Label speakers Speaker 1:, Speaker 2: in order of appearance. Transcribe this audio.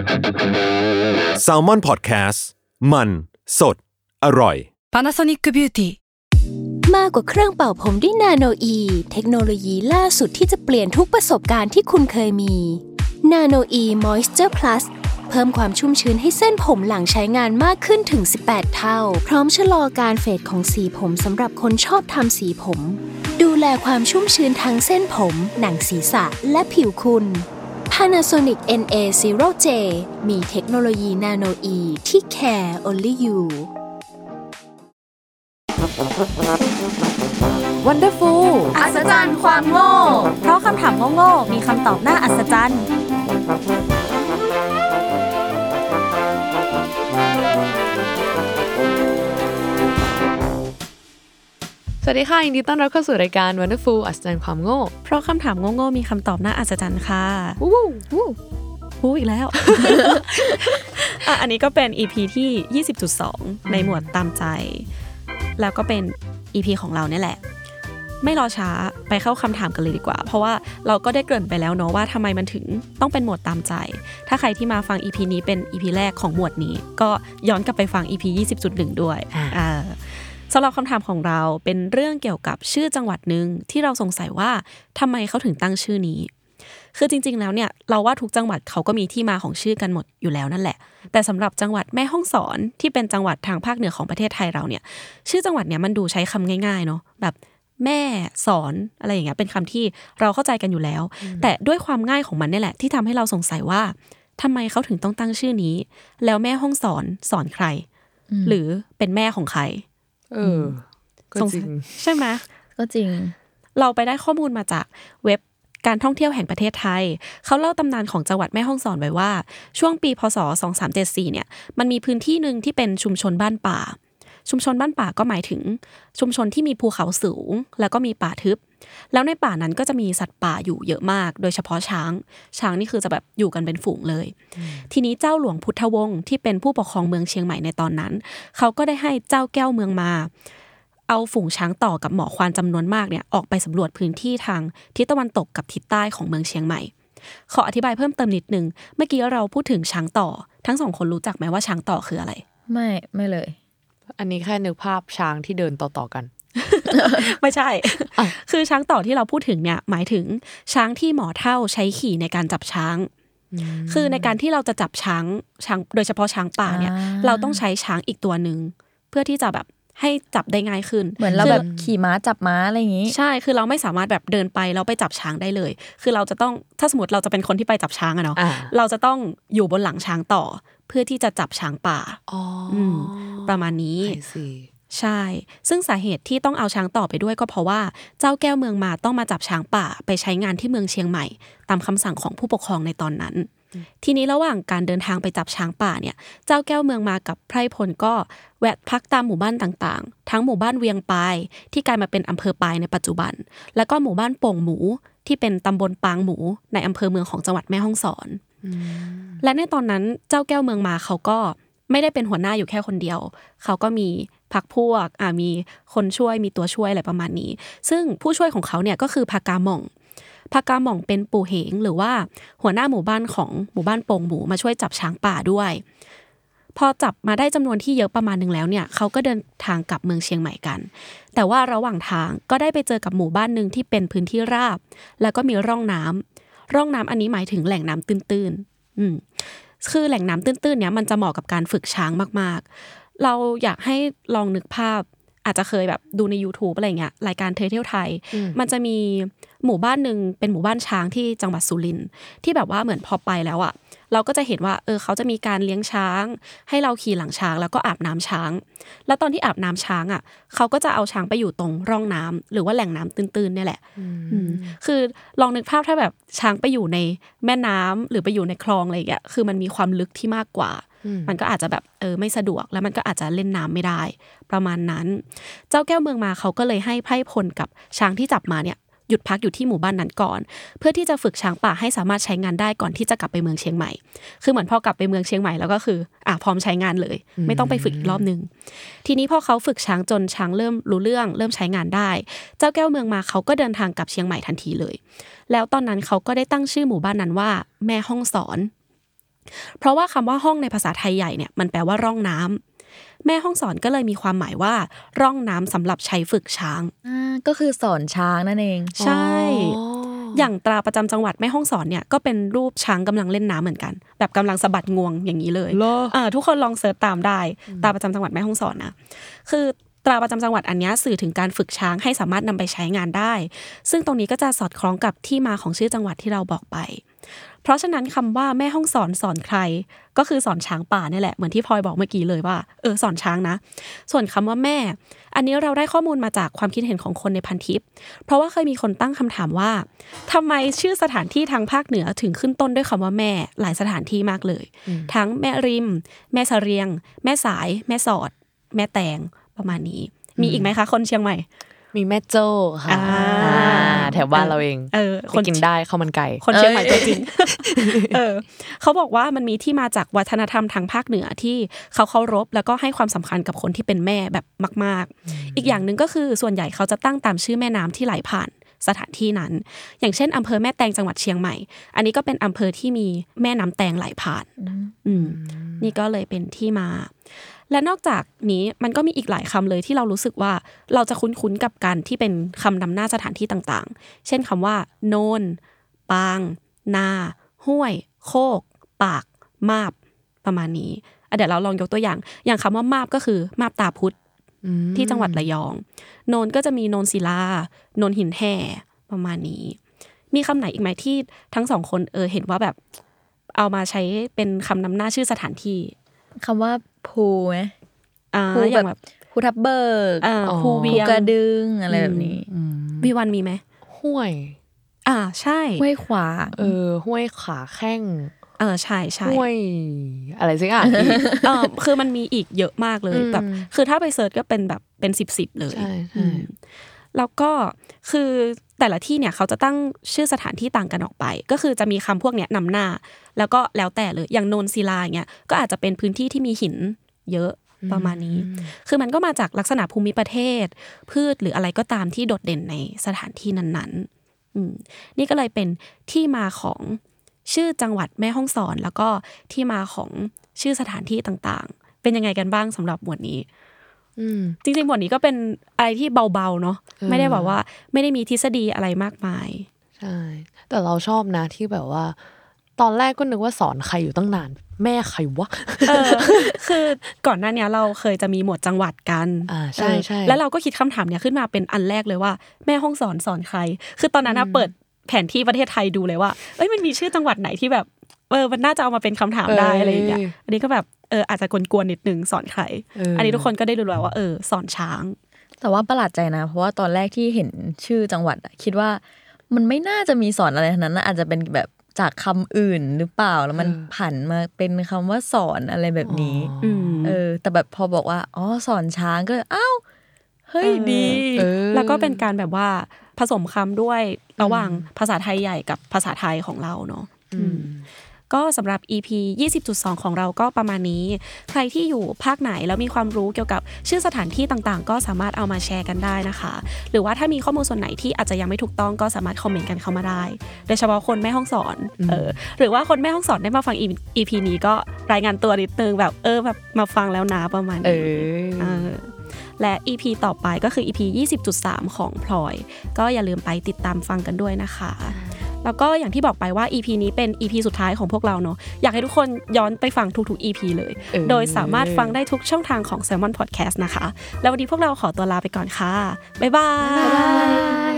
Speaker 1: Salmon Podcast มันสดอร่อย
Speaker 2: Panasonic Beauty
Speaker 3: มากกว่าเครื่องเป่าผมด้วยนาโนอีเทคโนโลยีล่าสุดที่จะเปลี่ยนทุกประสบการณ์ที่คุณเคยมีนาโนอีมอยส์เจอร์พลัสเพิ่มความชุ่มชื้นให้เส้นผมหลังใช้งานมากขึ้นถึง18เท่าพร้อมชะลอการเฟดของสีผมสำหรับคนชอบทำสีผมดูแลความชุ่มชื้นทั้งเส้นผมหนังศีรษะและผิวคุณ Panasonic NA0J มีเทคโนโลยีนาโนอีที่ care only you
Speaker 4: Wonderful
Speaker 5: อัศจรรย์ความโง่
Speaker 4: เพราะคำถามโง่ๆมีคำตอบน่าอัศจรรย์
Speaker 5: สวัสดีค่ะยินดีต้อนรับเข้าสู่รายการ Wonderful อัศจรรย์ความโง่
Speaker 4: เพราะคำถามโง่ๆมีคำตอบน่าอัศจรรย์ค่ะวู้อีกแล้ว อันนี้ก็เป็น EP ที่ 20.2 ในหมวดตามใจแล้วก็เป็น EP ของเราเนี่ยแหละไม่รอช้าไปเข้าคำถามกันเลยดีกว่าเพราะว่าเราก็ได้เกริ่นไปแล้วเนาะว่าทำไมมันถึงต้องเป็นหมวดตามใจถ้าใครที่มาฟัง EP นี้เป็น EP แรกของหมวดนี้ก็ย้อนกลับไปฟัง EP 20.1 ด้วยสำหรับคำถามของเราเป็นเรื่องเกี่ยวกับชื่อจังหวัดนึงที่เราสงสัยว่าทำไมเขาถึงตั้งชื่อนี้คือจริงๆแล้วเนี่ยเราว่าทุกจังหวัดเขาก็มีที่มาของชื่อกันหมดอยู่แล้วนั่นแหละแต่สำหรับจังหวัดแม่ฮ่องสอนที่เป็นจังหวัดทางภาคเหนือของประเทศไทยเราเนี่ยชื่อจังหวัดเนี่ยมันดูใช้คำง่ายๆเนาะแบบแม่สอนอะไรอย่างเงี้ยเป็นคำที่เราเข้าใจกันอยู่แล้วแต่ด้วยความง่ายของมันนี่แหละที่ทำให้เราสงสัยว่าทำไมเขาถึงต้องตั้งชื่อนี้แล้วแม่ฮ่องสอนสอนใครหรือเป็นแม่ของใคร
Speaker 5: ก็จริง
Speaker 4: ใช่ไหม
Speaker 2: ก็จริง
Speaker 4: เราไปได้ข้อมูลมาจากเว็บการท่องเที่ยวแห่งประเทศไทยเขาเล่าตำนานของจังหวัดแม่ฮ่องสอนไว้ว่าช่วงปีพ.ศ. 2374เนี่ยมันมีพื้นที่นึงที่เป็นชุมชนบ้านป่าชุมชนบ้านป่าก็หมายถึงชุมชนที่มีภูเขาสูงแล้วก็มีป่าทึบแล้วในป่านั้นก็จะมีสัตว์ป่าอยู่เยอะมากโดยเฉพาะช้างนี่คือจะแบบอยู่กันเป็นฝูงเลยทีนี้เจ้าหลวงพุทธวงศ์ที่เป็นผู้ปกครองเมืองเชียงใหม่ในตอนนั้นเขาก็ได้ให้เจ้าแก้วเมืองมาเอาฝูงช้างต่อกับหมอควานจำนวนมากเนี่ยออกไปสำรวจพื้นที่ทางทิศตะวันตกกับทิศใต้ของเมืองเชียงใหม่ขออธิบายเพิ่มเติมนิดนึงเมื่อกี้เราพูดถึงช้างต่อทั้งสองคนรู้จักไหมว่าช้างต่อคืออะไร
Speaker 2: ไม่เลย
Speaker 5: อันนี้แค่นึกภาพช้างที่เดินต่อๆกัน
Speaker 4: ไม่ใช่ คือช้างต่อที่เราพูดถึงเนี่ยหมายถึงช้างที่หมอเฒ่าใช้ขี่ในการจับช้างคือในการที่เราจะจับช้างโดยเฉพาะช้างป่าเนี่ยเราต้องใช้ช้างอีกตัวนึงเพื่อที่จะแบบให้จับได้ง่ายขึ้น
Speaker 2: เหมือนเราแบบขี่ม้าจับม้าอะไรอย่างงี้
Speaker 4: ใช่คือเราไม่สามารถแบบเดินไปแล้วไปจับช้างได้เลยคือเราจะต้องถ้าสมมติเราจะเป็นคนที่ไปจับช้างอะเนาะเราจะต้องอยู่บนหลังช้างต่อเพื่อที่จะจับช้างป่าประมาณนี้ใช่ซึ่งสาเหตุที่ต้องเอาช้างต่อไปด้วยก็เพราะว่าเจ้าแก้วเมืองมาต้องมาจับช้างป่าไปใช้งานที่เมืองเชียงใหม่ตามคำสั่งของผู้ปกครองในตอนนั้นทีนี้ระหว่างการเดินทางไปจับช้างป่าเนี่ยเจ้าแก้วเมืองมากับไพร่พลก็แวะพักตามหมู่บ้านต่างๆทั้งหมู่บ้านเวียงปายที่กลายมาเป็นอำเภอปายในปัจจุบันแล้วก็หมู่บ้านโป่งหมูที่เป็นตำบลปางหมูในอำเภอเมืองของจังหวัดแม่ฮ่องสอนและในตอนนั้นเจ้าแก้วเมืองมาเขาก็ไม่ได้เป็นหัวหน้าอยู่แค่คนเดียวเขาก็มีพรรคพวกมีคนช่วยมีตัวช่วยอะไรประมาณนี้ซึ่งผู้ช่วยของเขาเนี่ยก็คือพากาหม่องเป็นปู่เหงหรือว่าหัวหน้าหมู่บ้านของหมู่บ้านโป่งหมูมาช่วยจับช้างป่าด้วยพอจับมาได้จำนวนที่เยอะประมาณนึงแล้วเนี่ยเขาก็เดินทางกลับเมืองเชียงใหม่กันแต่ว่าระหว่างทางก็ได้ไปเจอกับหมู่บ้านนึงที่เป็นพื้นที่ราบแล้วก็มีร่องน้ำอันนี้หมายถึงแหล่งน้ำตื้นๆคือแหล่งน้ำตื้นๆเนี่ยมันจะเหมาะกับการฝึกช้างมากๆเราอยากให้ลองนึกภาพอาจจะเคยแบบดูใน YouTube อะไรเงี้ยรายการเที่ยวไทยมันจะมีหมู่บ้านนึงเป็นหมู่บ้านช้างที่จังหวัดสุรินทร์ที่แบบว่าเหมือนพอไปแล้วอ่ะเราก็จะเห็นว่าเขาจะมีการเลี้ยงช้างให้เราขี่หลังช้างแล้วก็อาบน้ำช้างแล้วตอนที่อาบน้ำช้างอ่ะเขาก็จะเอาช้างไปอยู่ตรงร่องน้ำหรือว่าแหล่งน้ำตื้นๆเนี่ยแหละคือลองนึกภาพถ้าแบบช้างไปอยู่ในแม่น้ำหรือไปอยู่ในคลองอะไรอย่างเงี้ยคือมันมีความลึกที่มากกว่ามันก็อาจจะแบบไม่สะดวกแล้วมันก็อาจจะเล่นน้ำไม่ได้ประมาณนั้นเจ้าแก้วเมืองมาเขาก็เลยให้ไพร่พลกับช้างที่จับมาเนี่ยหยุดพักอยู่ที่หมู่บ้านนั้นก่อนเพื่อที่จะฝึกช้างป่าให้สามารถใช้งานได้ก่อนที่จะกลับไปเมืองเชียงใหม่คือเหมือนพอกลับไปเมืองเชียงใหม่แล้วก็คือพร้อมใช้งานเลยไม่ต้องไปฝึกอีกรอบนึงทีนี้พอเขาฝึกช้างจนช้างเริ่มรู้เรื่องเริ่มใช้งานได้เจ้าแก้วเมืองมาเขาก็เดินทางกลับเชียงใหม่ทันทีเลยแล้วตอนนั้นเขาก็ได้ตั้งชื่อหมู่บ้านนั้นว่าแม่ฮ่องสอนเพราะว่าคำว่าห้องในภาษาไทยใหญ่เนี่ยมันแปลว่าร่องน้ำแม่ห้องสอนก็เลยมีความหมายว่าร่องน้ำสำหรับใช้ฝึกช้าง
Speaker 2: ก็คือสอนช้างนั่นเอง
Speaker 4: ใช่อย่างตราประจำจังหวัดแม่ฮ่องสอนเนี่ยก็เป็นรูปช้างกำลังเล่นน้ำเหมือนกันแบบกำลังสะบัดงวงอย่างนี้เลยทุกคนลองเสิร์ชตามได้ตราประจำจังหวัดแม่ฮ่องสอนนะคือตราประจำจังหวัดอันนี้สื่อถึงการฝึกช้างให้สามารถนำไปใช้งานได้ซึ่งตรงนี้ก็จะสอดคล้องกับที่มาของชื่อจังหวัดที่เราบอกไปเพราะฉะนั้นคำว่าแม่ฮ่องสอนสอนใครก็คือสอนช้างป่านี่แหละเหมือนที่พลอยบอกเมื่อกี้เลยว่าสอนช้างนะส่วนคำว่าแม่อันนี้เราได้ข้อมูลมาจากความคิดเห็นของคนในพันทิปเพราะว่าเคยมีคนตั้งคำถามว่าทำไมชื่อสถานที่ทางภาคเหนือถึงขึ้นต้นด้วยคำว่าแม่หลายสถานที่มากเลยทั้งแม่ริมแม่เสรียงแม่สายแม่สอดแม่แตงประมาณนี้มีอีกไหมคะคนเชียงใหม่
Speaker 5: มีแม่โจ้ค่ะแถวบ้านเราเองคนกินได้ข้าวมันไก่
Speaker 4: คนเชียงใหม่ตัวจริงเขาบอกว่ามันมีที่มาจากวัฒนธรรมทางภาคเหนือที่เขาเคารพแล้วก็ให้ความสำคัญกับคนที่เป็นแม่แบบมากๆอีกอย่างนึงก็คือส่วนใหญ่เขาจะตั้งตามชื่อแม่น้ำที่ไหลผ่านสถานที่นั้นอย่างเช่นอำเภอแม่แตงจังหวัดเชียงใหม่อันนี้ก็เป็นอำเภอที่มีแม่น้ำแตงไหลผ่านนี่ก็เลยเป็นที่มาและนอกจากนี้มันก็มีอีกหลายคำเลยที่เรารู้สึกว่าเราจะคุ้นๆกับการที่เป็นคำนำหน้าสถานที่ต่างๆเช่นคำว่าโนนปางนาห้วยโคกปากมาบประมาณนี้เดี๋ยวเราลองยกตัวอย่างคำว่ามาบก็คือมาบตาพุธที่จังหวัดระยองโนนก็จะมีโนนศิลาโนนหินแห่ประมาณนี้มีคำไหนอีกไหมที่ทั้งสองคนเห็นว่าแบบเอามาใช้เป็นคำนำหน้าชื่อสถานที่
Speaker 2: คำว่าภูไหมภูแบบภูทับเบิกภูเวียงภูกระดึงอะไรแบบนี้
Speaker 4: วีวันมีไหม
Speaker 5: ห้วย
Speaker 4: ใช่
Speaker 2: ห้วยขวา
Speaker 5: ห้วยขาแข้ง
Speaker 4: ใช่ใช่
Speaker 5: ห้วยอะไรสักอย่าง
Speaker 4: คือมันมีอีกเยอะมากเลยแบบคือถ้าไปเสิร์ชก็เป็นแบบเป็น10เลย
Speaker 5: ใช่
Speaker 4: แล้วก็คือแต่ละที่เนี่ยเขาจะตั้งชื่อสถานที่ต่างกันออกไปก็คือจะมีคำพวกเนี้ยนำหน้าแล้วก็แล้วแต่เลยอย่างโนนศิลาอย่างเงี้ยก็อาจจะเป็นพื้นที่ที่มีหินเยอะประมาณนี้คือมันก็มาจากลักษณะภูมิประเทศพืชหรืออะไรก็ตามที่โดดเด่นในสถานที่นั้นๆนี่ก็เลยเป็นที่มาของชื่อจังหวัดแม่ฮ่องสอนแล้วก็ที่มาของชื่อสถานที่ต่างๆเป็นยังไงกันบ้างสำหรับหมวดนี้จริงๆหมวดนี้ก็เป็นอะไรที่เบาๆเนาะไม่ได้แบบว่าไม่ได้มีทฤษฎีอะไรมากมาย
Speaker 5: ใช่แต่เราชอบนะที่แบบว่าตอนแรกก็นึกว่าสอนใครอยู่ตั้งนานแม่ใครวะ
Speaker 4: คือก่อนหน้านี้เราเคยจะมีหมวดจังหวัดกัน
Speaker 5: ใช่ใช่
Speaker 4: แล้วเราก็คิดคำถามเนี้ยขึ้นมาเป็นอันแรกเลยว่าแม่ฮ่องสอนใครคือตอนนั้นเปิดแผนที่ประเทศไทยดูเลยว่ามันมีชื่อจังหวัดไหนที่แบบมันน่าจะเอามาเป็นคำถามได้อะไรอย่างเงี้ยอันนี้ก็แบบอาจจะกวนๆนิดนึงสอนใครอันนี้ทุกคนก็ได้รู้แล้วว่าสอนช้าง
Speaker 2: แต่ว่าประหลาดใจนะเพราะว่าตอนแรกที่เห็นชื่อจังหวัดคิดว่ามันไม่น่าจะมีสอนอะไรทั้งนั้นอาจจะเป็นแบบจากคำอื่นหรือเปล่าแล้วมันผันมาเป็นคำว่าสอนอะไรแบบนี้แต่แบบพอบอกว่าสอนช้างก็อ้าวเฮ้ยดี
Speaker 4: แล้วก็เป็นการแบบว่าผสมคำด้วยระหว่างภาษาไทยใหญ่กับภาษาไทยของเราเนาะก็สำหรับ EP 20.2 ของเราก็ประมาณนี้ใครที่อยู่ภาคไหนแล้วมีความรู้เกี่ยวกับชื่อสถานที่ต่างๆก็สามารถเอามาแชร์กันได้นะคะหรือว่าถ้ามีข้อมูลส่วนไหนที่อาจจะยังไม่ถูกต้องก็สามารถคอมเมนต์กันเข้ามาได้โดยเฉพาะคนแม่ฮ่องสอนหรือว่าคนแม่ฮ่องสอนได้มาฟัง EP นี้ก็รายงานตัวนิดนึงแบบแบบมาฟังแล้วนะประมาณนี้และ EP ต่อไปก็คือ EP 20.3 ของพลอยก็อย่าลืมไปติดตามฟังกันด้วยนะคะแล้วก็อย่างที่บอกไปว่า EP นี้เป็น EP สุดท้ายของพวกเราเนาะอยากให้ทุกคนย้อนไปฟังทุกๆ EP เลยโดยสามารถฟังได้ทุกช่องทางของ Salmon Podcast นะคะแล้ววันนี้พวกเราขอตัวลาไปก่อนค่ะบ๊ายบาย